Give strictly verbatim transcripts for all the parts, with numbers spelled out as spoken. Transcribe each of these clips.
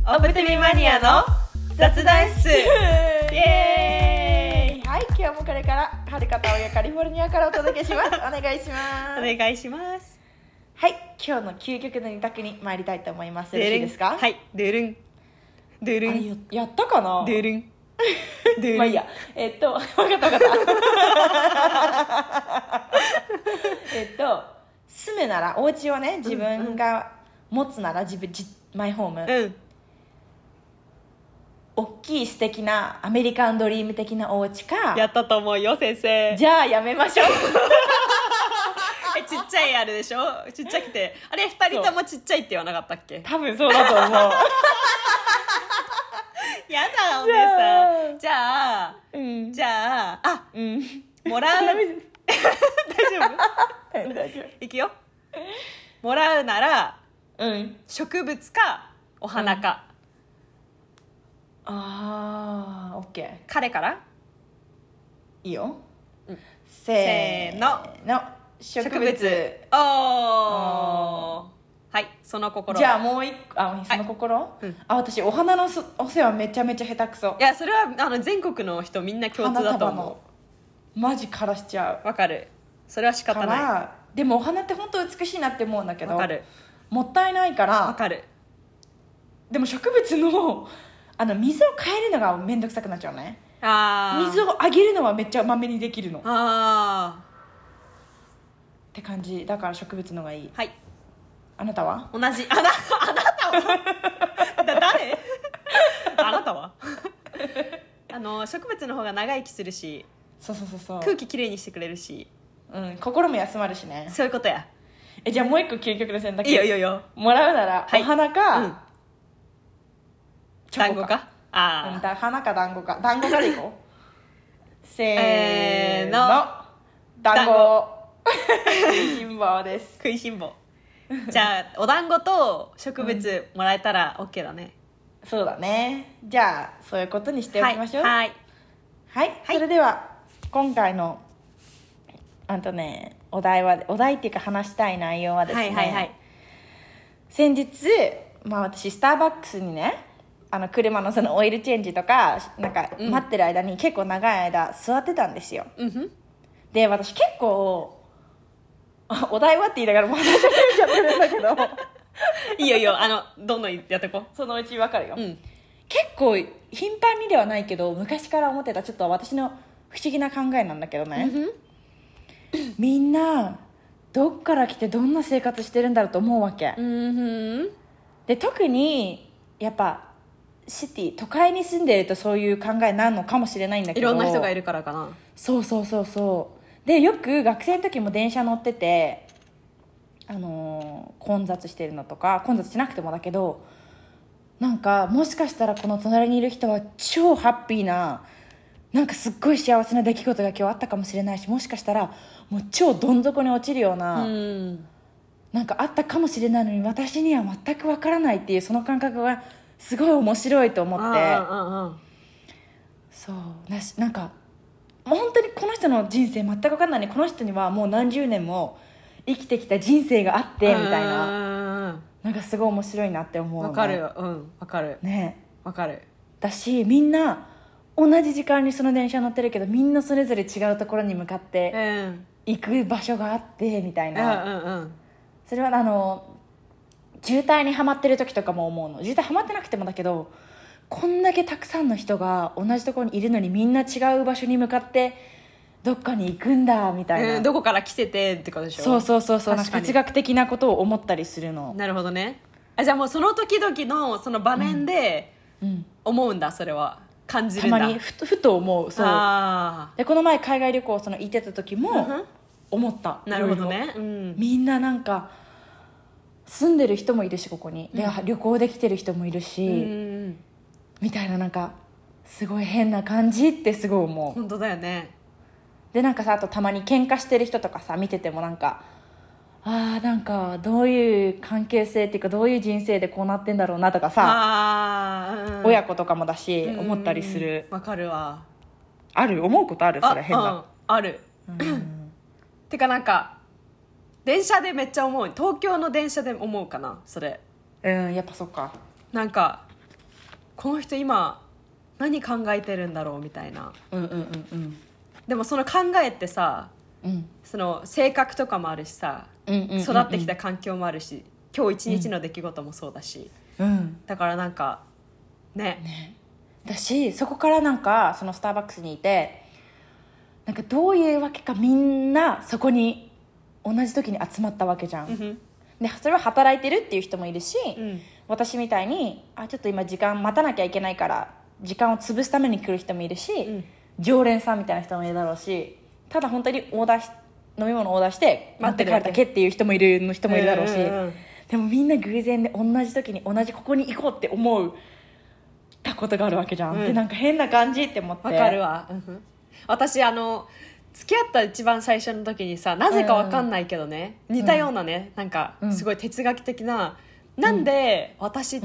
オプティミマニアの雑談室イエーイ。 はい、今日もこれからはるかたおやカリフォルニアからお届けします。お願いします。 お願いします。 はい、今日の究極の二択に参りたいと思います。よろしいですか？ はい、ドゥルンドゥルあれンやったかな？ ドゥルンドゥルンまあいいや。えっと分かった分かったえっと住むならお家をね、自分が持つなら自分じマイホーム、 うん大きい素敵なアメリカンドリーム的なお家か。 やったと思うよ先生。 じゃあやめましょうえちっちゃいあれでしょ。ちっちゃくてあれふたりともちっちゃいって言わなかったっけ？ 多分そうだと思うやだお姉さん。じゃあ、 うん、 じゃああ、 うん、 もらう大丈夫大丈夫いくよ。もらうならうん植物かお花か、 うん、あーオッケー。 彼からいいよ、 うん、 せーのの植物。 植物おーはいその心。 じゃあもう一個、あその心、はいうん、あ私お花のお世話めちゃめちゃ下手くそ。 いやそれはあの全国の人みんな共通だと思う。マジ枯らしちゃう。 わかる。それは仕方ない。 でもお花って本当美しいなって思うんだけど、 わかる。 もったいないから。 わかる。 でも植物のあの水を変えるのがめんどくさくなっちゃうね。 あ水をあげるのはめっちゃまめにできるの。 あって感じだから植物のがいい。 はい。 あなたは？ 同じ。あなあなたはだ誰あなたはあの植物の方が長生きするし、 そうそうそうそう、 空気きれいにしてくれるし、 うん、心も休まるしね。 そういうことや。 えじゃあもう一個究極の選択。 いいよいいよいいよ。 もらうなら、はい、お花か、うん、 団子か。ああ、うん、だ花か団子か。団子からいこうせーの、団子。食いしん坊です。 食いしん坊。じゃあお団子と植物もらえたら OK だね、 うん、そうだね。じゃあそういうことにしておきましょう。 はいはい、はいはい、それでは今回のあとねお題はお題っていうか話したい内容はですね、はいはいはい、先日、まあ、私スターバックスにねあの車のそのオイルチェンジとかなんか待ってる間に結構長い間座ってたんですよ、うん、で私結構お題はって言いながらもう話しちゃってるんだけどいいよいいよ、あのどんどんやってこう。 そのうち分かるよ、うん、結構頻繁にではないけど昔から思ってたちょっと私の不思議な考えなんだけどね、うん、みんなどっから来てどんな生活してるんだろうと思うわけ、うん、で特にやっぱシティ都会に住んでるとそういう考えになるのかもしれないんだけど、 いろんな人がいるからかな。 そうそうそうそうでよく学生の時も電車乗ってて、あのー、混雑してるのとか混雑しなくてもだけどなんかもしかしたらこの隣にいる人は超ハッピーななんかすっごい幸せな出来事が今日あったかもしれないしもしかしたらもう超どん底に落ちるような、うん、なんかあったかもしれないのに私には全くわからないっていうその感覚がすごい面白いと思って、そうなしなんかもう本当にこの人の人生全く分かんないね。この人にはもう何十年も生きてきた人生があってみたいな、なんかすごい面白いなって思うね。 分かるよ、うん分かるね、 分かる。 だしみんな同じ時間にその電車乗ってるけどみんなそれぞれ違うところに向かって行く場所があってみたいな、うんうんうん、それはあの渋滞にはまってる時とかも思うの。渋滞はまってなくてもだけどこんだけたくさんの人が同じところにいるのにみんな違う場所に向かってどっかに行くんだみたいな、 えー、どこから来ててってことでしょ。 そうそうそうそう、なんか哲学的なことを思ったりするの。 なるほどね。あじゃあもうその時々のその場面で思うんだ、それは感じるんだ。 たまに ふ, ふと思う。そうでこの前海外旅行その行ってた時も思った、 うん、なるほどね、うん、 みんななんか住んでる人もいるしここに、うん、で旅行できてる人もいるし、うんみたいな、なんかすごい変な感じってすごい思う。 本当だよね。 でなんかさあとたまに喧嘩してる人とかさ見ててもなんかあーなんかどういう関係性っていうかどういう人生でこうなってんだろうなとかさあ、うん、親子とかもだし思ったりする。 わかるわ。 ある思うことあるそれ変な、 うん、ある、うん、てかなんか電車でめっちゃ思う。東京の電車で思うかなそれ。 うんやっぱそっか。 なんかこの人今何考えてるんだろうみたいな。 うんうんうんうんでもその考えってさ、 うん、 その性格とかもあるしさ、 うんうんうんうん、 育ってきた環境もあるし、今日一日の出来事もそうだし、 うん、 だからなんか ね, ねだし、そこからなんかそのスターバックスにいて、なんかどういうわけかみんなそこに同じ時に集まったわけじゃん、 うん、 でそれは働いてるっていう人もいるし、 うん、 私みたいにあちょっと今時間待たなきゃいけないから時間を潰すために来る人もいるし、うん、常連さんみたいな人もいるだろうし、ただ本当にオーダーし飲み物をオーダーして待って帰るだけっていう人もいるの人もいるだろうし、うんうんうん、でもみんな偶然で同じ時に同じここに行こうって思うたことがあるわけじゃん、うん、でなんか変な感じって思って。 わかるわ、うん、私あの付き合った一番最初の時にさ、なぜかわかんないけどね、うん、似たようなね、なんかすごい哲学的な、うん、なんで私って、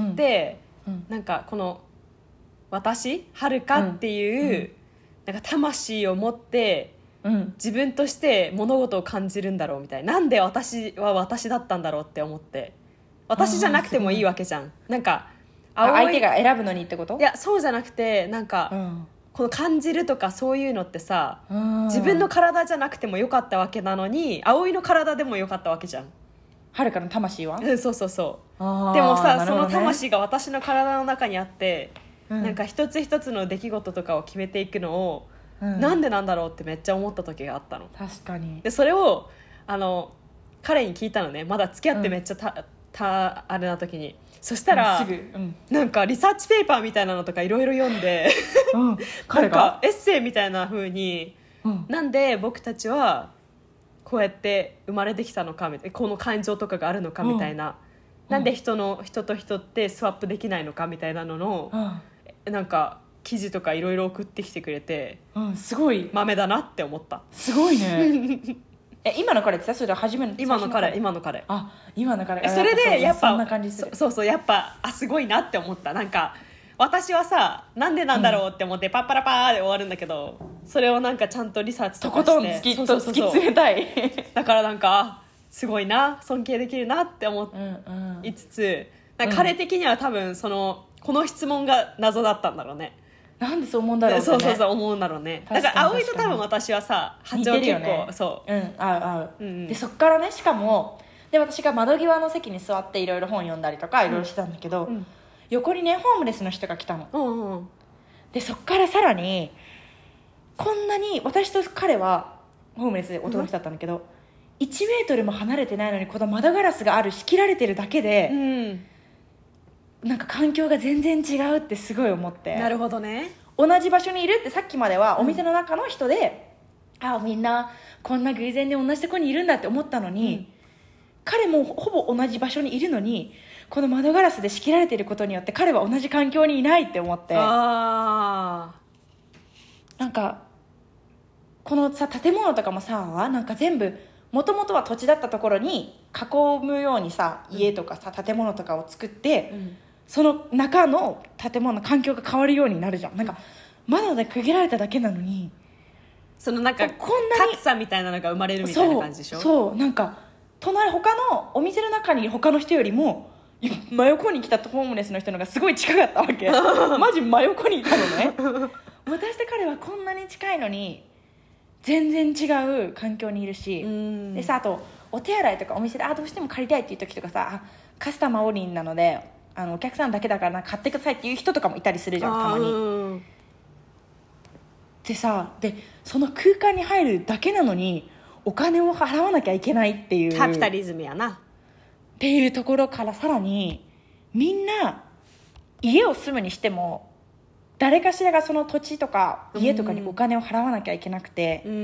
うん、なんかこの私はるかっていう、うん、なんか魂を持ってうん、自分として物事を感じるんだろうみたいな、なんで私は私だったんだろうって思って、私じゃなくてもいいわけじゃん。なんか相手が選ぶのにってこと？ いやそうじゃなくて、なんか、うん、この感じるとかそういうのってさ、自分の体じゃなくてもよかったわけなのに、葵の体でもよかったわけじゃん。 はるかの魂は？ うん、そうそうそう。でもさ、ね、その魂が私の体の中にあって、うん、なんか一つ一つの出来事とかを決めていくのをうん、なんでなんだろうってめっちゃ思った時があったの。 確かに。 でそれをあの彼に聞いたのね、まだ付き合ってめっちゃた、うん、たあれな時に。そしたら、うんすぐうん、なんかリサーチペーパーみたいなのとかいろいろ読んで、うん、なんかエッセイみたいな風に、うん、なんで僕たちはこうやって生まれてきたのかみたいな、この感情とかがあるのかみたいな、うん、なんで人の人と人ってスワップできないのかみたいなのの、うん、なんか記事とかいろいろ送ってきてくれて、 うん、すごい豆だなって思った。 すごいねえ今の彼ってさ、それ初めの今の彼今の彼あ今の彼それでやっぱそんな感じする。 そそうそうやっぱあすごいなって思った。なんか私はさ、なんでなんだろうって思ってパッパラパーで終わるんだけど、それをなんかちゃんとリサーチとかしてとことん突き突き詰めたいだからなんかすごいな、尊敬できるなって思いつつ、うんうん、なんか彼的には多分そのこの質問が謎だったんだろうね。 なんでそう思うんだろうって、ね、 そうそうそう思うんだろうね。だから葵と多分私はさ波長結構、ね、そううん合う合う、うんうん、でそっからね、しかもで私が窓際の席に座っていろいろ本読んだりとかいろいろしてたんだけど、うん、横にねホームレスの人が来たの、うんうん、でそっからさらにこんなに私と彼はホームレスで男の人だったんだけど、うん、いちメートルも離れてないのにこの窓ガラスがある仕切られてるだけで、うんなんか環境が全然違うってすごい思って。 なるほどね。 同じ場所にいるってさっきまではお店の中の人で、うん、あみんなこんな偶然で同じとこにいるんだって思ったのに、うん、彼もほぼ同じ場所にいるのにこの窓ガラスで仕切られていることによって彼は同じ環境にいないって思って、あなんかこのさ建物とかもさなんか全部もともとは土地だったところに囲むようにさ家とかさ建物とかを作って、うんその中の建物の環境が変わるようになるじゃん。なんか窓で区切られただけなのにそのなんかこんなに格差みたいなのが生まれるみたいな感じでしょ。 そうそうなんか隣他のお店の中に他の人よりも真横に来たホームレスの人のがすごい近かったわけマジ真横にいたのね私と彼はこんなに近いのに全然違う環境にいるし、でさあとお手洗いとかお店であどうしても借りたいっていう時とかさカスタマーオリンなのであのお客さんだけだから買ってくださいっていう人とかもいたりするじゃんたまに。でさでその空間に入るだけなのにお金を払わなきゃいけないっていうカピタリズムやなっていうところからさらにみんな家を住むにしても誰かしらがその土地とか家とかにお金を払わなきゃいけなくて、うん、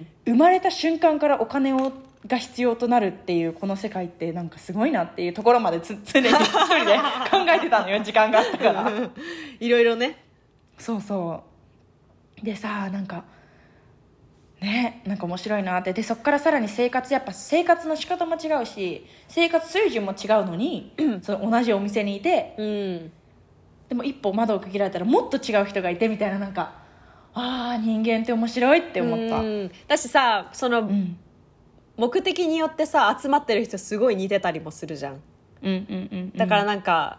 生まれた瞬間からお金をが必要となるっていうこの世界ってなんかすごいなっていうところまでつ常に一人で考えてたのよ時間があったからいろいろね。 そうそうでさなんかねなんか面白いなってでそっからさらに生活やっぱ生活の仕方も違うし生活水準も違うのに、うん、その同じお店にいて、うん、でも一歩窓を区切られたらもっと違う人がいてみたいななんかあー人間って面白いって思った。 うんだしさその、うん目的によってさ集まってる人すごい似てたりもするじゃん、うんうんうんうん、だからなんか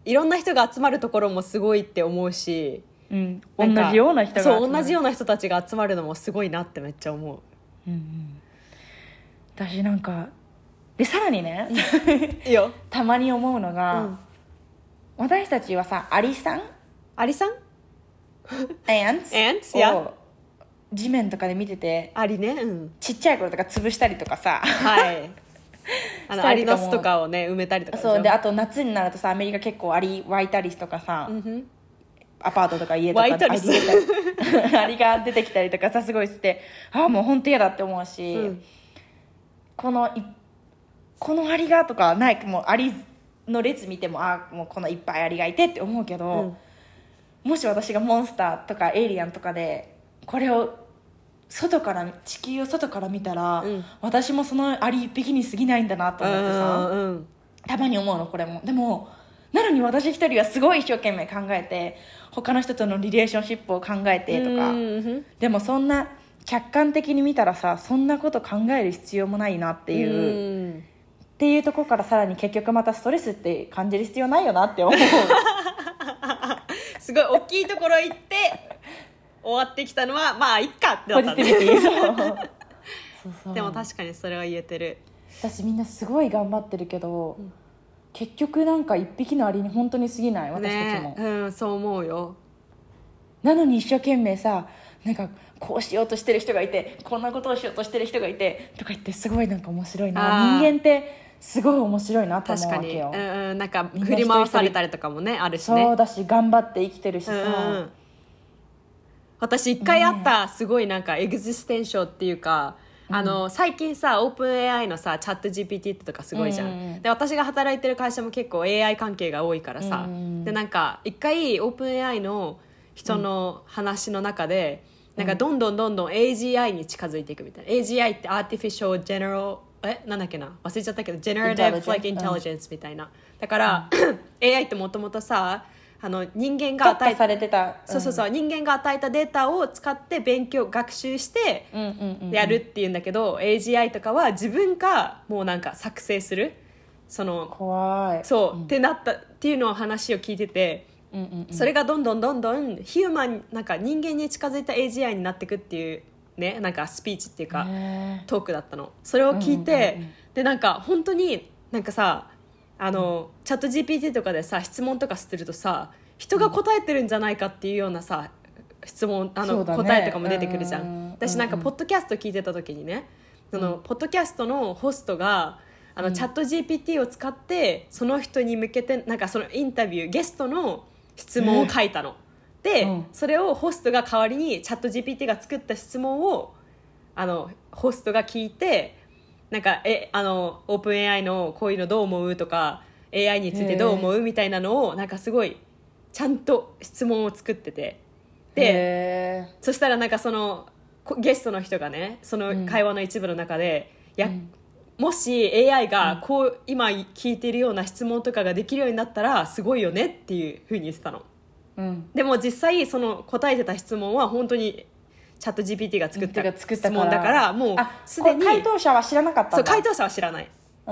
いろんな人が集まるところもすごいって思うし、 うん、同なんかじような人が集まる。 そう同じような人たちが集まるのもすごいなってめっちゃ思う。 うんうん、私なんかでさらにねいいよ。 たまに思うのが、 うん、 私たちはさアリさんアリさんアンツ Ants? Yeah. を地面とかで見てて、 アリね、うん、 ちっちゃい頃とか潰したりとかさはいあのアリの巣とかをね埋めたりとかそうで、あと夏になるとさアメリカ結構アリ湧いたりとかさ、 うん、 アパートとか家とか湧いたりするアリが出てきたりとかさすごいしてああもう本当嫌だって思うし、うん、このいこのアリがとかないもうアリの列見てもああもうこのいっぱいアリがいてって思うけど、うん、もし私がモンスターとかエイリアンとかでこれを外から地球を外から見たら、うん、私もそのアリ一匹に過ぎないんだなと思ってさ、うん、たまに思うのこれも。でもなのに私一人はすごい一生懸命考えて他の人とのリレーションシップを考えてとか、うん、でもそんな客観的に見たらさそんなこと考える必要もないなっていう、うん、っていうところからさらに結局またストレスって感じる必要ないよなって思うすごい大きいところ行って終わってきたのはまあいっかってなったね。 ポジティビティそうそうそうでも確かにそれは言えてる。 私みんなすごい頑張ってるけど、うん、結局なんか一匹のアリに本当に過ぎない私たちも、 ね、うんそう思うよ。 なのに一生懸命さなんかこうしようとしてる人がいてこんなことをしようとしてる人がいてとか言ってすごいなんか面白いな。人間ってすごい面白いなと思うわけよ。 確かに、うん、なんか振り回されたりとかもねあるしね。 そうだし頑張って生きてるしさ、うん、 私一回あったすごいなんかエグジステンションっていうか、ね、あの最近さオープン エーアイ のさチャット ジーピーティー とかすごいじゃん、うん、で私が働いてる会社も結構 エーアイ 関係が多いからさ、うん、でなんか一回オープン エーアイ の人の話の中で、うん、なんかどんどんどんどん エージーアイ に近づいていくみたいな。 エージーアイ ってアーティフィシャルジェネラルえなんだっけな忘れちゃったけど Generative like Intelligence みたいな。だから、うん、エーアイ ってもともとさあの人間が与えされてた、 うん、そうそうそう人間が与えたデータを使って勉強学習してやるっていうんだけど、うんうんうん、エージーアイ とかは自分がもうなんか作成するその怖いそう、 うん、 ってなったっていうのを話を聞いてて、うんうんうん、それがどんどんどんどんヒューマンなんか人間に近づいた エージーアイ になっていくっていうねなんかスピーチっていうかトークだったの。それを聞いて、うんうんうん、でなんか本当になんかさあの、うん、チャット ジーピーティー とかでさ質問とかするとさ人が答えてるんじゃないかっていうようなさ質問あの、ね、答えとかも出てくるじゃん。私なんかポッドキャスト聞いてた時にね、うん、そのポッドキャストのホストがあの、うん、チャット ジーピーティー を使ってその人に向けてなんかそのインタビューゲストの質問を書いたの、えー、で、うん、それをホストが代わりにチャット ジーピーティー が作った質問をあのホストが聞いてなんかえあのオープン エーアイ のこういうのどう思うとか エーアイ についてどう思うみたいなのをなんかすごいちゃんと質問を作っててでそしたらなんかそのゲストの人がねその会話の一部の中で、うん、やもし エーアイ がこう、うん、今聞いているような質問とかができるようになったらすごいよねっていうふうに言ってたの、うん、でも実際その答えてた質問は本当にチャット ジーピーティー が作った質問だからもうすでに回答者は知らなかったんだ。 そう回答者は知らない、うん、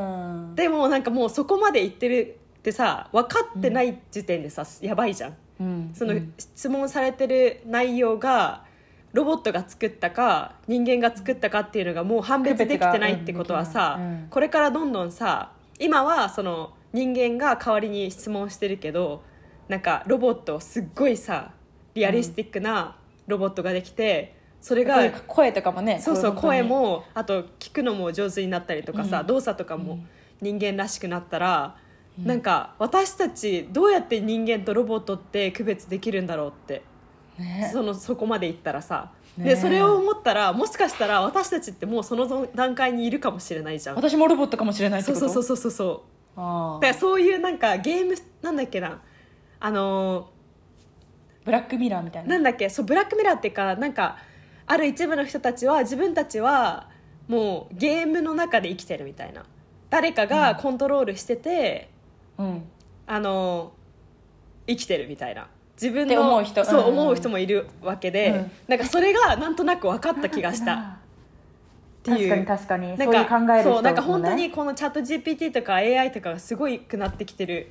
でもなんかもうそこまで言ってるってさ分かってない時点でさ、うん、やばいじゃん、うん、その質問されてる内容がロボットが作ったか人間が作ったかっていうのがもう判別できてないってことはさ、うんうん、これからどんどんさ今はその人間が代わりに質問してるけどなんかロボットすっごいさリアリスティックなロボットができて、それが声とかもねそうそう声もあと聞くのも上手になったりとかさ、うん、動作とかも人間らしくなったら、うん、なんか私たちどうやって人間とロボットって区別できるんだろうって、ね、そのそこまでいったらさ、ね、でそれを思ったらもしかしたら私たちってもうその段階にいるかもしれないじゃん。 私もロボットかもしれないってこと。 そうそうそうそうそうあだからそういうなんかゲームなんだっけなあのブラックミラーみたいななんだっけそうブラックミラーっていうかなんかある一部の人たちは自分たちはもうゲームの中で生きてるみたいな誰かがコントロールしてて、うん、あの生きてるみたいな自分の思う人、 そう思う人もいるわけで、うん、なんかそれがなんとなく分かった気がしたっていう。 確かに確かにそういう考える人も、ね、 そうなんか本当にこのチャット ジーピーティー とか エーアイ とかがすごいくなってきてる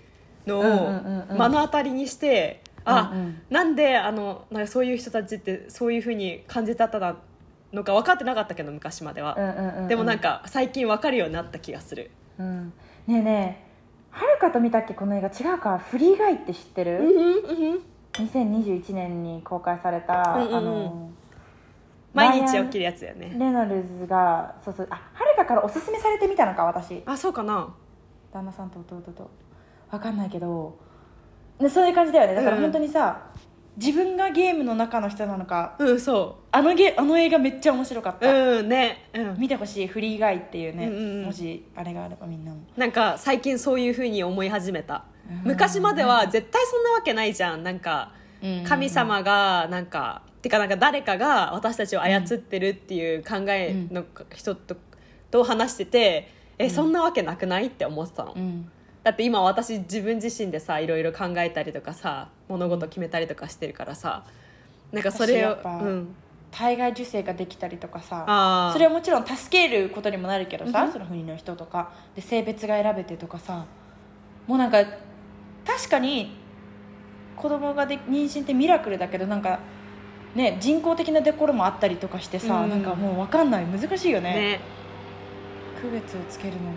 のを目の当たりにして、あ、うんうん、なんであのなんかそういう人たちってそういう風に感じてたのか分かってなかったけど昔までは、うんうんうんうん、でもなんか最近分かるようになった気がする、 うん、ねえねえはるかと見たっけこの映画違うかフリーガイって知ってる、 うんうんうん、 にせんにじゅういちねんに公開された、うんうんうん、あの毎日起きるやつだよね。 レノルズがそうそう、あ、はるかからおすすめされてみたのか私。 あ、そうかな。 旦那さんと弟と分かんないけど、でそういう感じだよね。だから本当にさ、うん、自分がゲームの中の人なのか、 うん、そうあのゲあの映画めっちゃ面白かった。 うんね、うん、 見てほしい。フリーガイっていうね、 うんうんうん、 もしあれがあればみんなも。 なんか最近そういう風に思い始めた。昔までは絶対そんなわけないじゃん。なんか神様がなんかてかなんか誰かが私たちを操ってるっていう考えの人と、と話してて、え、そんなわけなくないって思ってたの、うん、だって今私自分自身でさいろいろ考えたりとかさ物事決めたりとかしてるからさ、なんかそれを、うん、 体外受精ができたりとかさ、それはもちろん助けることにもなるけどさ、うん、その国の人とかで性別が選べてとかさ、もうなんか確かに子供がで妊娠ってミラクルだけど、なんかね、人工的なところもあったりとかしてさ、うん、なんかもう分かんない、難しいよ ね, ね区別をつけるのが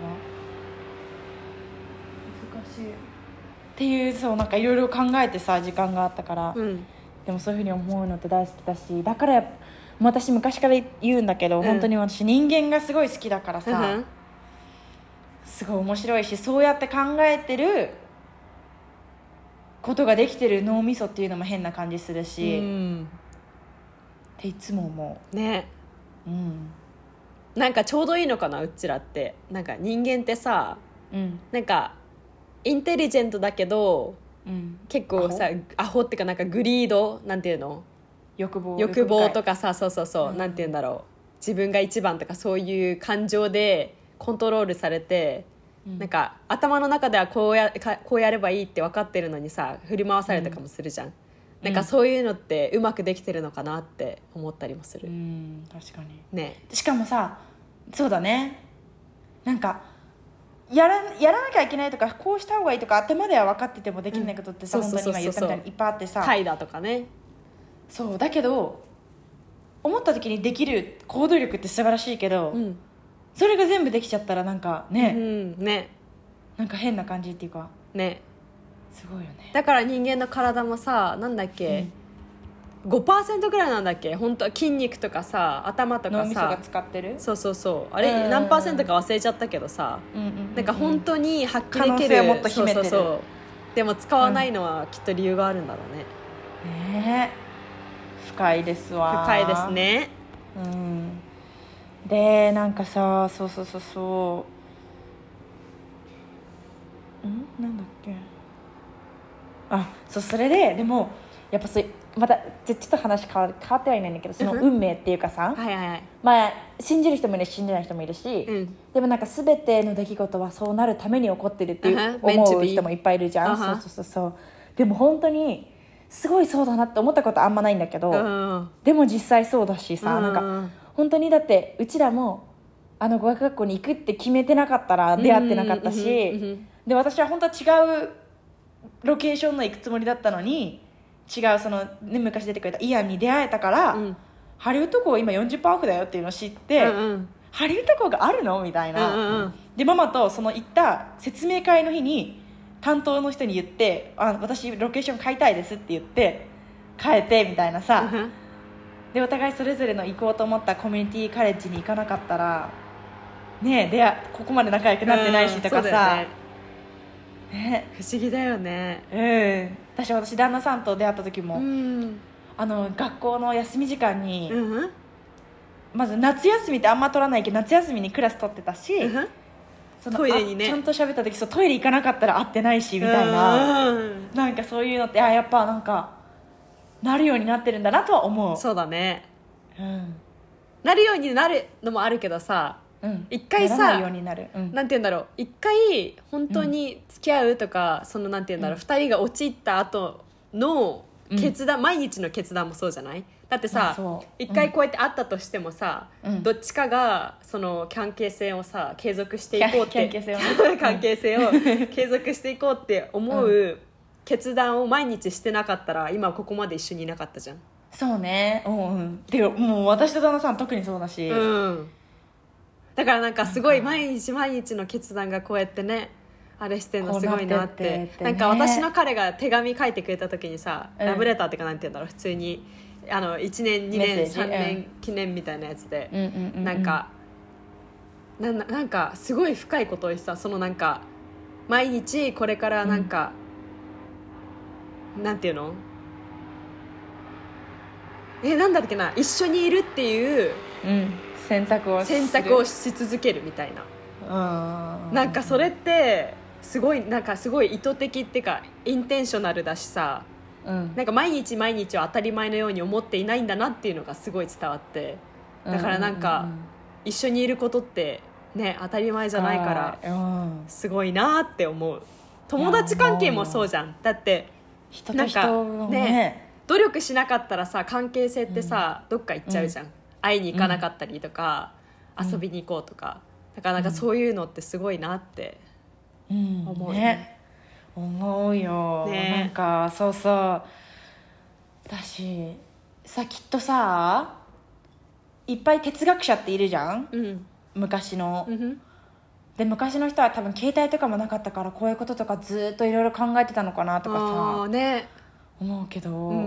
難しいっていう、そうなんかいろいろ考えてさ時間があったから、うん、でもそういうふうに思うのって大好きだし、だからや私昔から言うんだけど、うん、本当に私人間がすごい好きだからさ、うん、すごい面白いし、そうやって考えてることができてる脳みそっていうのも変な感じするし、うんっていつも思うね、 うん、 なんかちょうどいいのかな、うちらって。なんか人間ってさ、うん、なんかインテリジェントだけど、うん、結構さアホっていうかなんかグリードなんていうの、 欲望欲望とかさ、そうそうそう、うん、なんていうんだろう、自分が一番とかそういう感情でコントロールされて、うん、なんか頭の中ではこうやこうやればいいって分かってるのにさ振り回されたかもするじゃん、うん、なんかそういうのってうまくできてるのかなって思ったりもする、 うん、確かにね。 しかもさ、そうだね、なんかや ら, やらなきゃいけないとかこうした方がいいとか頭では分かっててもできないことってさ、うん、本当に今言ったみたいにいっぱいあってさ、 怠惰とかね。 そうだけど思った時にできる行動力って素晴らしいけど、うん、それが全部できちゃったらなんか ね,、うん、ねなんか変な感じっていうかね、 すごいよね。 だから人間の体もさ、なんだっけ、うん、ごパーセント ぐらいなんだっけ、本当は筋肉とかさ頭とかさ脳みそが使ってる、 そうそうそう、あれ、うん、何パーセントか忘れちゃったけどさ、うんうんうんうん、なんか本当に発揮できる、 可能性をもっと秘めてる、 そうそうそう、でも使わないのはきっと理由があるんだろうね、 うん、ねえ深いですわ。 深いですね、 うん、でなんかさ、そうそうそうそう、んなんだっけ、あ、そう、それででもやっぱそうまたちょっと話変わ変わってはいないんだけど、その運命っていうかさ、 はいはいはい、 まあ信じる人もいるし信じない人もいるし、うん、でもなんか全ての出来事はそうなるために起こってるっていう、uh-huh. 思う人もいっぱいいるじゃん、uh-huh. そうそうそうそう。でも本当にすごいそうだなって思ったことあんまないんだけど、uh-huh. でも実際そうだしさ、uh-huh. なんか本当にだってうちらもあの語学学校に行くって決めてなかったら出会ってなかったし、uh-huh. で私は本当は違うロケーションの行くつもりだったのに違うその、ね、昔出てくれたイアンに出会えたから、うん、ハリウッド校今 よんじゅっパーセント オフだよっていうのを知って、うんうん、ハリウッド校があるのみたいな、うんうんうん、でママとその行った説明会の日に担当の人に言って、あ、私ロケーション変えたいですって言って変えてみたいなさ、うん、でお互いそれぞれの行こうと思ったコミュニティカレッジに行かなかったらねえでここまで仲良くなってないしとかさ、 ね、不思議だよね、 うん、私私旦那さんと出会った時も、うん、あの学校の休み時間に、うん、まず夏休みってあんま取らないけど夏休みにクラス取ってたし、うん、そのトイレにねちゃんと喋った時そうトイレ行かなかったら会ってないしみたいな、うん、なんかそういうのってあやっぱなんかなるようになってるんだなとは思う。 そうだね、うん、なるようになるのもあるけどさ、うん、一回さ、ならないようになる、うん、なんて言うんだろう、一回本当に付き合うとか、うん、そのなんて言うんだろう、うん、ふたりが陥った後の決断、うん、毎日の決断もそうじゃない。 だってさ、 まあ一回こうやって会ったとしてもさ、 うん、 どっちかがその関係性をさ継続していこうって関係性を、ね、 関係性を継続していこうって思う決断を毎日してなかったら今ここまで一緒にいなかったじゃん。 そうね、うんうん、てかもう私と旦那さん特にそうだし、 うん、だからなんかすごい毎日毎日の決断がこうやってねあれしてんのすごいなって。 ってってってね、 なんか私の彼が手紙書いてくれた時にさ、 うん、 ラブレターってかなんて言うんだろう、普通にあのいちねんにねんさんねん記念みたいなやつで、 うんうんうんうん、 なんかななんかすごい深いことをさ、そのなんか毎日これからなんか、うん、なんていうのえなんだっけな、一緒にいるっていう、 うん、選択を選択をし続けるみたいな、うん、なんかそれってすごいなんかすごい意図的っていうかインテンショナルだしさ、うん、なんか毎日毎日を当たり前のように思っていないんだなっていうのがすごい伝わって、だからなんか、うんうんうん、一緒にいることってね当たり前じゃないからすごいなって思う。友達関係もそうじゃん。だって人と人をね努力しなかったらさ関係性ってさ、うん、どっか行っちゃうじゃん、うん、会いに行かなかったりとか、うん、遊びに行こうとか、だからなんかそういうのってすごいなって思うね、ね思うよ、ね、なんかそうそうだしさ、きっとさいっぱい哲学者っているじゃん、うん、昔の、うん、で昔の人は多分携帯とかもなかったからこういうこととかずっといろいろ考えてたのかなとかさ、ね、思うけど、うん、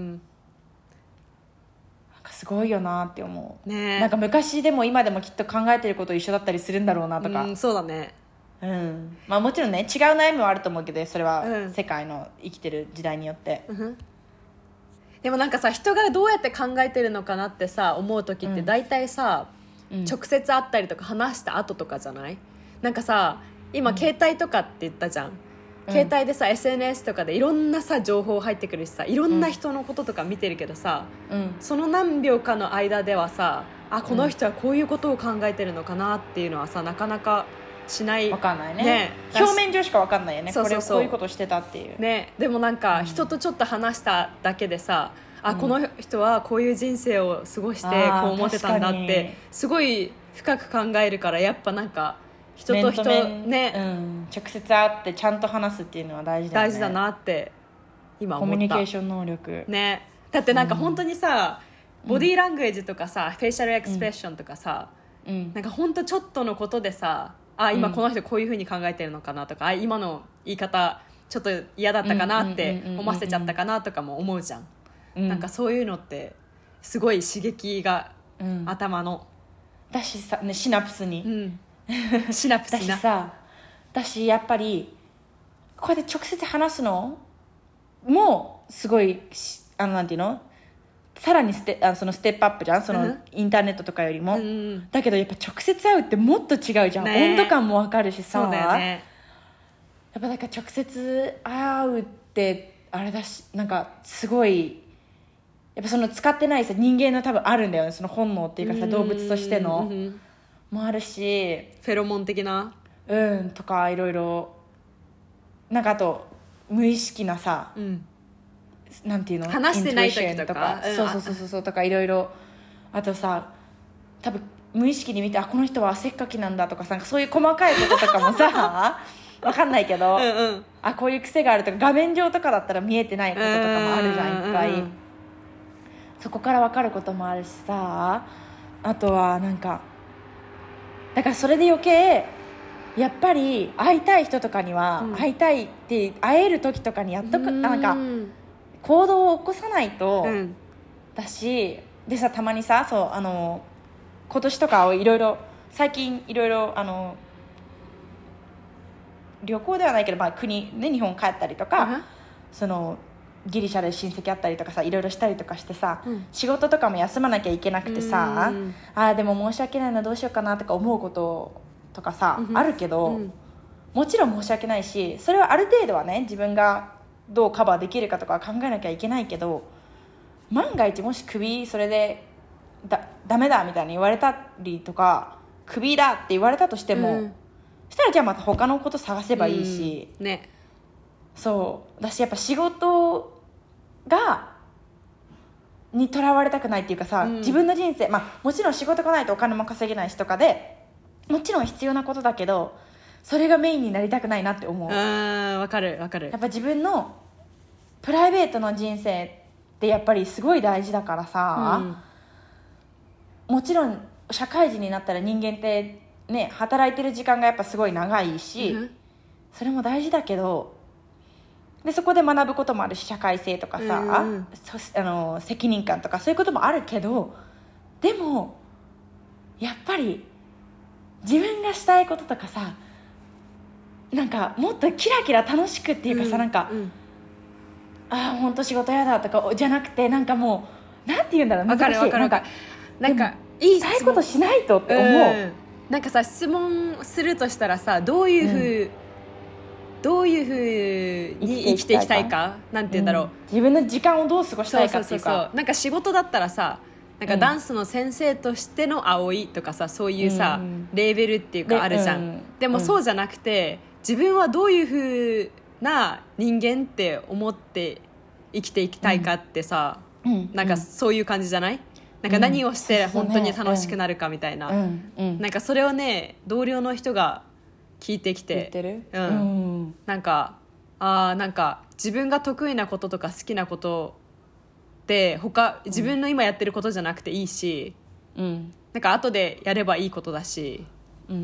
なんかすごいよなって思う、ね、なんか昔でも今でもきっと考えてること一緒だったりするんだろうなとか、 うん、そうだね、 うんまあ、もちろんね違う悩みはあると思うけどそれは世界の生きてる時代によって、うんうん、 でもなんかさ人がどうやって考えてるのかなってさ思う時って大体さ、うん、直接会ったりとか話した後とかじゃない？なんかさ今、うん、携帯とかって言ったじゃん、うん、携帯でさ エスエヌエス とかでいろんなさ情報入ってくるしさいろんな人のこととか見てるけどさ、うん、その何秒かの間ではさあこの人はこういうことを考えてるのかなっていうのはさなかなかしない分かんない ね, ね表面上しか分かんないよね。そうそうそう、これをこういうことしてたっていう、 ね、でもなんか人とちょっと話しただけでさ、うん、あこの人はこういう人生を過ごしてこう思ってたんだってすごい深く考えるからやっぱなんか人と人ね、 うん、直接会ってちゃんと話すっていうのは大事だよね。 大事だなって今思った。 コミュニケーション能力、 ね、だってなんか本当にさ、うん、ボディーラングエージとかさフェイシャルエクスプレッションとかさ、うん、なんか本当ちょっとのことでさあ今この人こういう風に考えてるのかなとか、うん、あ今の言い方ちょっと嫌だったかなって思わせちゃったかなとかも思うじゃん、うん、なんかそういうのってすごい刺激が、うん、頭のだしさ、ね、シナプスに、うん、 シナプスになだしさだしやっぱりこうやって直接話すのもすごいあのなんていうのさらにステあのそのステップアップじゃんその、うん、インターネットとかよりも、うん、だけどやっぱ直接会うってもっと違うじゃん、ね、温度感も分かるしさ、 そうだよね、 やっぱなんか直接会うってあれだしなんかすごいやっぱその使ってないさ人間の多分あるんだよねその本能っていうかさ動物としての、うん、もあるしフェロモン的なうんとかいろいろなんかあと無意識なさ、うんなんていうの話してない時とか、 うん、そうそうそうそうとかいろいろあとさ多分無意識に見てあこの人は汗っかきなんだとかさそういう細かいこととかもさ分かんないけどうん、うん、あこういう癖があるとか画面上とかだったら見えてないこととかもあるじゃんいっぱい、うんうん、そこから分かることもあるしさあとはなんかだからそれで余計やっぱり会いたい人とかには、うん、会いたいって会える時とかにやっとくなんか行動を起こさないと、うん、だしでさたまにさそうあの今年とかをいろいろ最近いろいろあの旅行ではないけど、まあ、国ね日本帰ったりとか、uh-huh. そのギリシャで親戚あったりとかさいろいろしたりとかしてさ、うん、仕事とかも休まなきゃいけなくてさあでも申し訳ないなどうしようかなとか思うこととかさ、uh-huh. あるけど、うん、もちろん申し訳ないしそれはある程度はね自分がどうカバーできるかとかは考えなきゃいけないけど万が一もしクビそれでだダメだみたいに言われたりとかクビだって言われたとしても、うん、そしたらじゃあまた他のこと探せばいいし、 うん、ねそうだしやっぱ仕事がにとらわれたくないっていうかさ、うん、自分の人生、まあ、もちろん仕事がないとお金も稼げないしとかでもちろん必要なことだけどそれがメインになりたくないなって思う。 あ、わかるわかる。 やっぱ自分のプライベートの人生ってやっぱりすごい大事だからさ、うん、もちろん社会人になったら人間ってね働いてる時間がやっぱすごい長いし、うん、それも大事だけどでそこで学ぶこともあるし社会性とかさ、うん、そあの責任感とかそういうこともあるけどでもやっぱり自分がしたいこととかさなんかもっとキラキラ楽しくっていうかさ、うん、なんか、うん、ああ本当仕事やだとかじゃなくてなんかもうなんて言うんだろう難しい。 わかるわかる。なんかなんかいいしたいことしないとって思う、うん、 なんかさ質問するとしたらさどういうふう、うん、どういうふうに生きていきたいかなんて言うんだろう、うん、 自分の時間をどう過ごしたいかっていうかそうそうそうそうなんか仕事だったらさなんかダンスの先生としての葵とかさそういうさ、うん、レーベルっていうかあるじゃん、うん、でもそうじゃなくて自分はどういうふうな人間って思って生きていきたいかってさ、うん、なんかそういう感じじゃない？なんか何をして本当に楽しくなるかみたいな、うんうん、なんかそれをね同僚の人が聞いてきて言ってる、 うんうん、なんかあなんか自分が得意なこととか好きなことって他自分の今やってることじゃなくていいし、うん、なんか後でやればいいことだし、うんうんうん、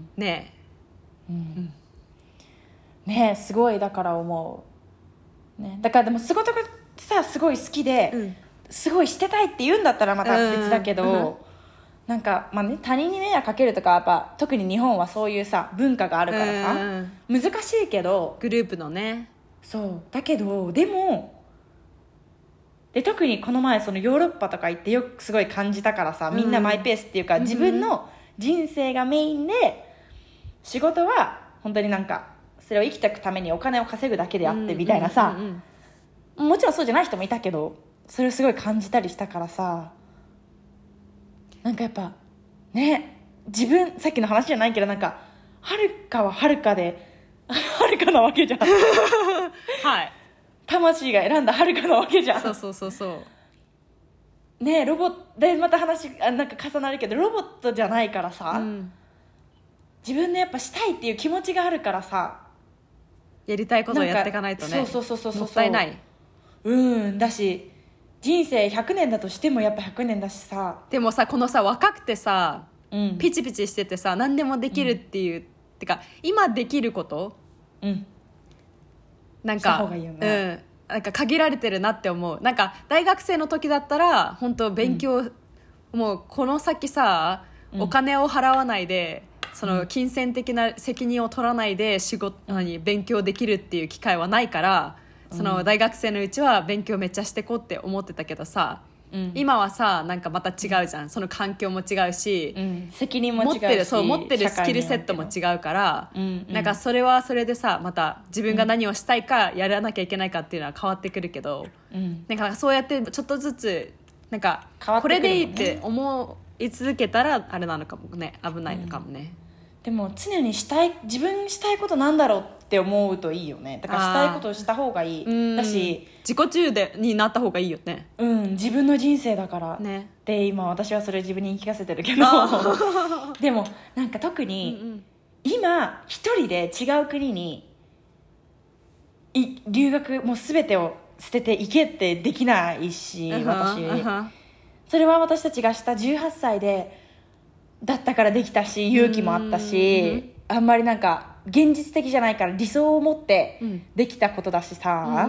ねえ、うん、 ねえすごいだから思う、ね、だからでも仕事がさすごい好きで、うん、すごいしてたいって言うんだったらまた別だけど、うんうん、なんか、まあね、他人に迷惑かけるとかやっぱ特に日本はそういうさ文化があるからさ、うん、難しいけどグループのねそうだけどでもで特にこの前そのヨーロッパとか行ってよくすごい感じたからさみんなマイペースっていうか、うん、自分の人生がメインで仕事は本当になんかそれを生きていくためにお金を稼ぐだけであってみたいなさ、うんうんうんうん、もちろんそうじゃない人もいたけどそれをすごい感じたりしたからさなんかやっぱね自分さっきの話じゃないけどなんかはるかははるかではるかなわけじゃんはい魂が選んだはるかなわけじゃんそうそうそうそうねえロボットでまた話あなんか重なるけどロボットじゃないからさ、うん、自分でやっぱしたいっていう気持ちがあるからさやりたいことをやっていかないとねそうそうそうそうそうもったいないうんだし人生ひゃくねんだとしてもやっぱひゃくねんだしさでもさこのさ若くてさ、うん、ピチピチしててさ何でもできるっていう、うん、てか今できることうんなんかした方がいいよね、 うん、なんか限られてるなって思うなんか大学生の時だったら本当勉強、うん、もうこの先さ、うん、お金を払わないでその金銭的な責任を取らないで仕事に勉強できるっていう機会はないからその大学生のうちは勉強めっちゃしてこうって思ってたけどさ、うん、今はさなんかまた違うじゃんその環境も違うし、 うん、責任も違うし持ってる、そう持ってるスキルセットも違うから、うんうん、なんかそれはそれでさまた自分が何をしたいかやらなきゃいけないかっていうのは変わってくるけど、うん、なんかそうやってちょっとずつなんかこれでいいって思い続けたらあれなのかもね危ないのかもね、 うん、でも常にしたい自分したいことなんだろうって思うといいよねだからしたいことをした方がいいだし自己中でになった方がいいよねうん自分の人生だからねで今私はそれ自分に言い聞かせてるけどでもなんか特に、うんうん、今一人で違う国にい留学もう全てを捨てていけってできないし、uh-huh, 私、uh-huh. それは私たちがしたじゅうはっさいでだったからできたし勇気もあったし、あんまりなんか現実的じゃないから理想を持ってできたことだしさ、うん、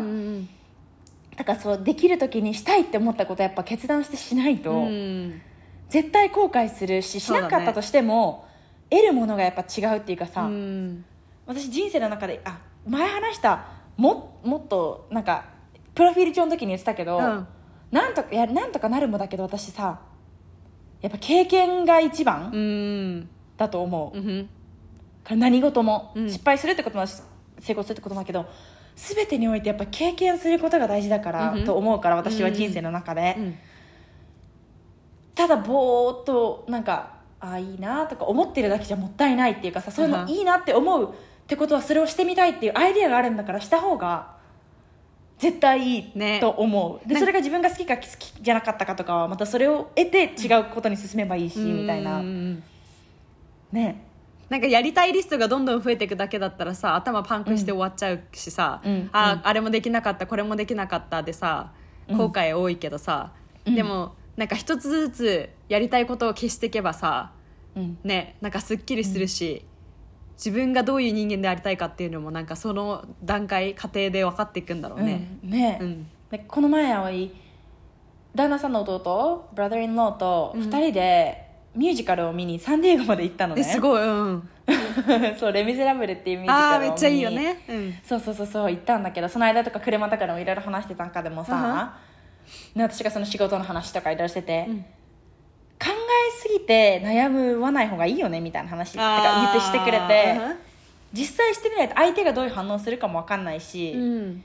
だからそうできる時にしたいって思ったことやっぱ決断してしないと、うん、絶対後悔するししなかったとしても、ね、得るものがやっぱ違うっていうかさ、うん、私人生の中であ前話したも, もっとなんかプロフィール帳の時に言ってたけど、うん、なんとかいやなんとかなるもだけど私さやっぱ経験が一番だと思う、うんうん何事も、うん、失敗するってことも成功するってこともだけど全てにおいてやっぱ経験することが大事だから、うん、と思うから私は人生の中で、うん、ただぼーっとなんかあいいなとか思ってるだけじゃもったいないっていうかさそういうのいいなって思うってことはそれをしてみたいっていうアイデアがあるんだからした方が絶対いねいと思う、でそれが自分が好きか好きじゃなかったかとかはまたそれを得て違うことに進めばいいし、みたいなね。 なんかやりたいリストがどんどん増えていくだけだったらさ、頭パンクして終わっちゃうしさ、 うん、 あ、 うん、 あれもできなかったこれもできなかったでさ後悔多いけどさ、うん、でもなんか一つずつやりたいことを消していけばさ、うん、ね、なんかすっきりするし、うん、自分がどういう人間でありたいかっていうのもなんかその段階過程で分かっていくんだろうね、 うん、ね、うん、でこの前は旦那さんの弟ブラザーインローとふたりでミュージカルを見にサンディエゴまで行ったのね。 すごい、うん、 そうレ・ミゼラブルっていうミュージカルを見に、 あーめっちゃいいよね、うん、 そうそうそうそう行ったんだけど、その間とか車とかでもいろいろ話してた中でもさ、uh-huh. ね、私がその仕事の話とかいろいろしてて、うん、考えすぎて悩むはない方がいいよねみたいな話とか言ってしてくれて、uh-huh. 実際してみないと相手がどういう反応するかも分かんないし、うん、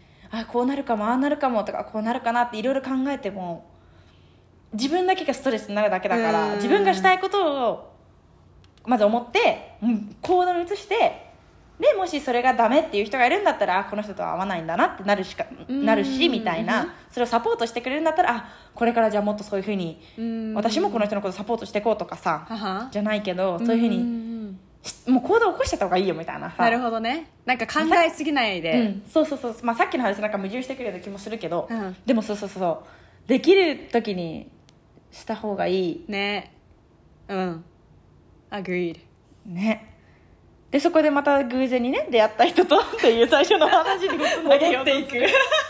あこうなるかもああなるかもとかこうなるかなっていろいろ考えても自分だけがストレスになるだけだから、自分がしたいことをまず思って、うん、行動に移して、でもしそれがダメっていう人がいるんだったらこの人とは合わないんだなってなるしかなるしみたいな、それをサポートしてくれるんだったら、あこれからじゃあもっとそういうふうに私もこの人のことサポートしていこうとかさじゃないけど、そういうふうにもう行動を起こしちゃった方がいいよみたいなさ。 なるほどね、なんか考えすぎないで、 うん、そうそうそう、まあ、さっきの話なんか矛盾してくるような気もするけど、うん、でもそうそうそうできる時にした方がいいね。うん Agreed ね。でそこでまた偶然にね出会った人とっていう最初の話につなげようといく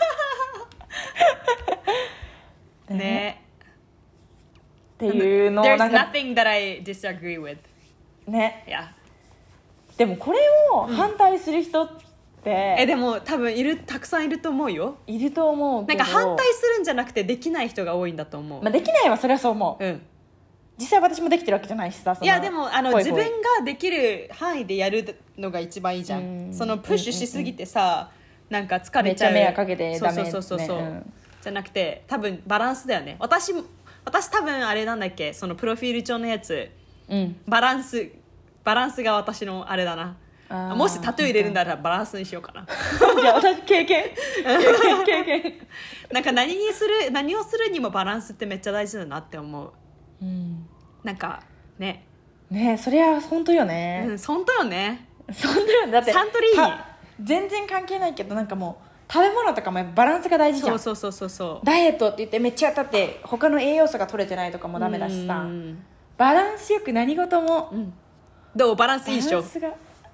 ねっていうのを There's なんか nothing that I disagree with ね。 いやでもこれを反対する人って、うん、 えでも多分いるたくさんいると思うよ。 いると思うけど、 なんか反対するんじゃなくてできない人が多いんだと思う、 まあ、できないはそれはそう思う、うん、実際私もできてるわけじゃないしさ。 いやでもあのほいほい自分ができる範囲でやるのが一番いいじゃん、ん、そのプッシュしすぎてさ、うんうんうん、なんか疲れちゃう、 めっちゃ迷惑かけてダメ、ね、 そうそうそうそう、うん、じゃなくて多分バランスだよね。私私多分あれなんだっけ、そのプロフィール帳のやつ、うん、バランスバランスが私のあれだな。もしタトゥー入れるんだったらバランスにしようかなじゃあ私経験経験経験なんか何にする何をするにもバランスってめっちゃ大事だなって思う、うん、なんかねねそれは本当よね、 うん、本当よね本当よね。だってサントリー全然関係ないけどなんかもう食べ物とかもバランスが大事じゃん。 そうそうそうそう、 ダイエットって言ってめっちゃだって他の栄養素が取れてないとかもダメだしさ、バランスよく何事も、うん、どうバランスいいでしょ。バランスが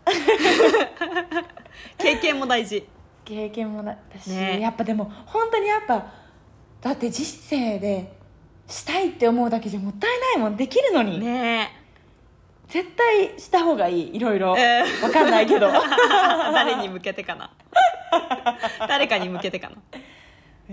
経験も大事。 経験もだし、ね、やっぱでも本当にやっぱだって人生でしたいって思うだけじゃもったいないもん。できるのにね、 絶対した方がいい。いろいろ分かんないけど誰に向けてかな誰かに向けてかな、うん、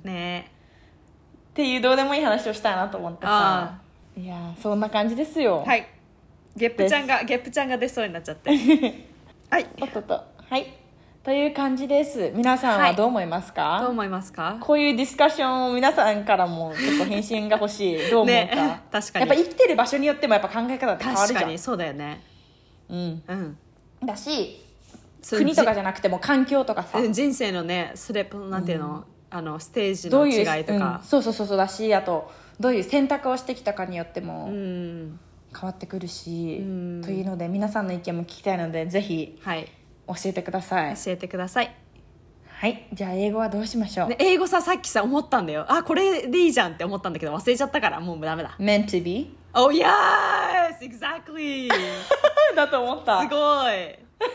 ねっていうどうでもいい話をしたいなと思ってさ。いやそんな感じですよ。 はい、ゲップちゃんがゲップちゃんが出そうになっちゃってはいおっとっと、はいという感じです。皆さんはどう思いますか、はい、 どう思いますか。 こういうディスカッションを皆さんからもちょっと返信が欲しいどう思うか、 ね、確かにやっぱ生きてる場所によってもやっぱ考え方って変わるじゃん。 確かにそうだよね。うんうん、だし国とかじゃなくても環境とかさ人生のねスレなんていうの、うん、あのステージの違いとか、 うん、そうそうそうそうだし、あとどういう選択をしてきたかによっても変わってくるし、うん、というので皆さんの意見も聞きたいのでぜひ教えてください、 はい、教えてください。 はい、じゃあ英語はどうしましょう、 ね、英語ささっきさ思ったんだよ。あこれでいいじゃんって思ったんだけど忘れちゃったからもうダメだ。 meant to be Oh yes exactly だと思った。 すごい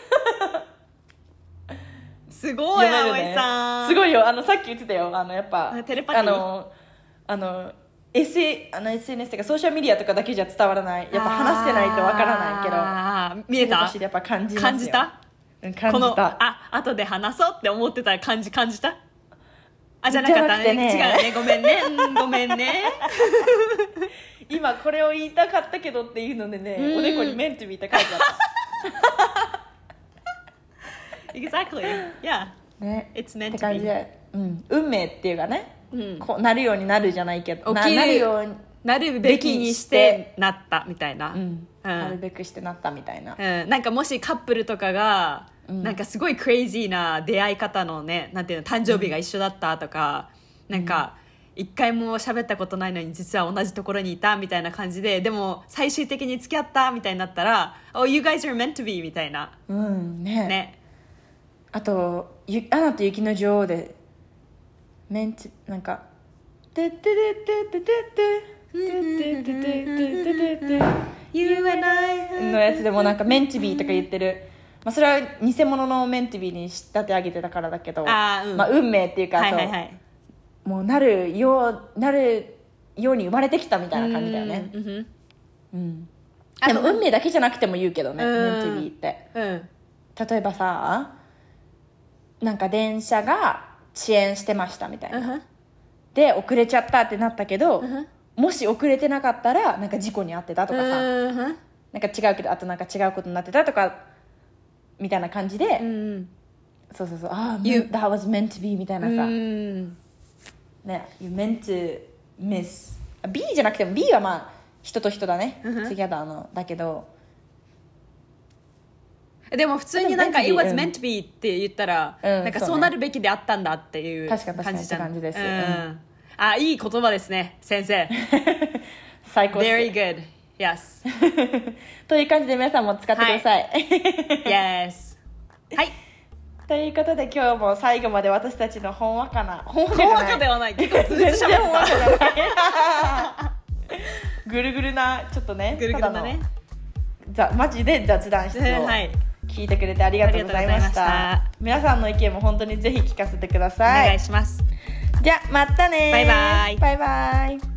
すごい、葵さんすごいよ。あのさっき言ってたよ、あのやっぱテレパティあのあの エスエヌエス とかソーシャルメディアとかだけじゃ伝わらない。やっぱ話してないとわからないけど、 あ見えた。 やっぱ感じますよ。 感じた。 感じた。 このあ後で話そうって思ってた感じ感じた。あじゃなかったね。ね違うね。ごめんね。ごめんね。 今これを言いたかったけどっていうのでね、おでこにメントビーって書いてあった。 Exactly. Yeah. ね。 It's meant to be. って感じで、うん、運命っていうかね。うん、こうなるようになるじゃないけど な, なるようになるべきにしてなったみたいな、うんうん、なるべくしてなったみたいな、 うん、なんかもしカップルとかがうん、なんかすごいクレイジーな出会い方のね、なんていうの、誕生日が一緒だったとか、うん、なんか一回も喋ったことないのに実は同じところにいたみたいな感じで、でも最終的に付き合ったみたいになったら Oh, you guys are meant to be みたいな、 うんね、 ね。 あとゆアナと雪の女王でメンチなんかテテテテテテテテテテテテテ You and I のやつでもなんかメンチビーとか言ってる、まあ、それは偽物のメンチビーに仕立て上げてたからだけど、 あ、うん、 まあ、運命っていうか、 はいはいはい、 もうなるようなるように生まれてきたみたいな感じだよね。うん、うんうん、でも運命だけじゃなくても言うけどね、メンチビーって、うん、例えばさ、なんか電車が遅延してましたみたいな、uh-huh. で遅れちゃったってなったけど、uh-huh. もし遅れてなかったらなんか事故に遭ってたとかさ、uh-huh. なんか違うけどあとなんか違うことになってたとかみたいな感じで、uh-huh. そうそうそう、ああ that was meant to be みたいなさ、uh-huh. ね、you meant to miss B じゃなくても B はまあ人と人だね、uh-huh. together のだけど、 でも普通になんか It was meant to be って言ったら、うん、なんかそうなるべきであったんだっていう感じじゃん。確かに確かに感じです、うんうん、あ、いい言葉ですね先生最高です。 Very good Yes という感じで皆さんも使ってください、はい、 Yes はいということで今日も最後まで私たちのほんわかなほんわかではない結構ずっと喋ってたほんわかじゃないぐるぐるなちょっとねぐるぐるなねマジで雑談室を聞いてくれてありがとうございました、はい、皆さんの意見も本当にぜひ聞かせてください。 お願いします。 じゃあまたね。 バイバイ。 バイバイ。